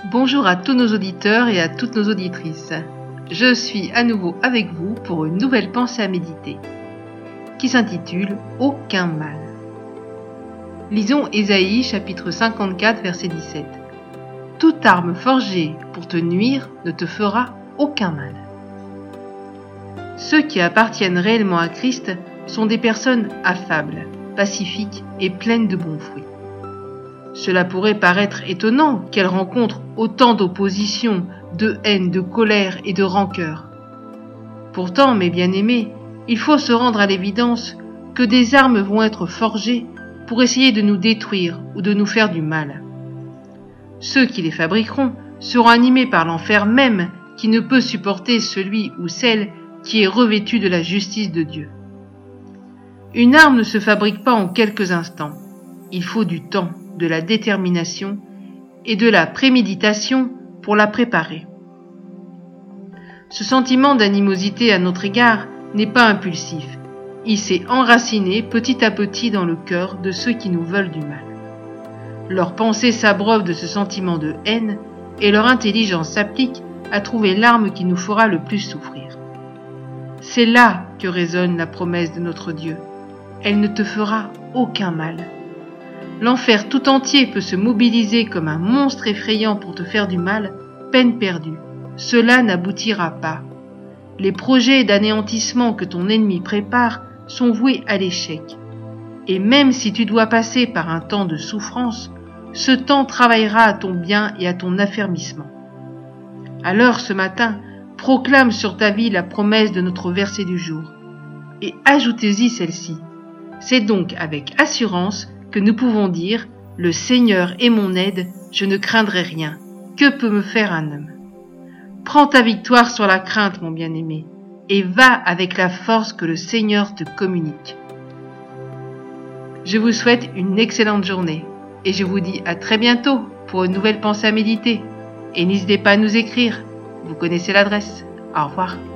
Bonjour à tous nos auditeurs et à toutes nos auditrices. Je suis à nouveau avec vous pour une nouvelle pensée à méditer, qui s'intitule « Aucun mal ». Lisons Ésaïe chapitre 54 verset 17. « Toute arme forgée pour te nuire ne te fera aucun mal ». Ceux qui appartiennent réellement à Christ sont des personnes affables, pacifiques et pleines de bons fruits. Cela pourrait paraître étonnant qu'elles rencontrent autant d'opposition, de haine, de colère et de rancœur. Pourtant, mes bien-aimés, il faut se rendre à l'évidence que des armes vont être forgées pour essayer de nous détruire ou de nous faire du mal. Ceux qui les fabriqueront seront animés par l'enfer même qui ne peut supporter celui ou celle qui est revêtu de la justice de Dieu. Une arme ne se fabrique pas en quelques instants. Il faut du temps, de la détermination et de la préméditation pour la préparer. Ce sentiment d'animosité à notre égard n'est pas impulsif. Il s'est enraciné petit à petit dans le cœur de ceux qui nous veulent du mal. Leurs pensées s'abreuvent de ce sentiment de haine et leur intelligence s'applique à trouver l'arme qui nous fera le plus souffrir. C'est là que résonne la promesse de notre Dieu. Elle ne te fera aucun mal. L'enfer tout entier peut se mobiliser comme un monstre effrayant pour te faire du mal, peine perdue. Cela n'aboutira pas. Les projets d'anéantissement que ton ennemi prépare sont voués à l'échec. Et même si tu dois passer par un temps de souffrance, ce temps travaillera à ton bien et à ton affermissement. Alors ce matin, proclame sur ta vie la promesse de notre verset du jour. Et ajoutez-y celle-ci. C'est donc avec assurance que nous pouvons dire « Le Seigneur est mon aide, je ne craindrai rien. Que peut me faire un homme ?» Prends ta victoire sur la crainte, mon bien-aimé, et va avec la force que le Seigneur te communique. Je vous souhaite une excellente journée, et je vous dis à très bientôt pour une nouvelle pensée à méditer. Et n'hésitez pas à nous écrire, vous connaissez l'adresse. Au revoir.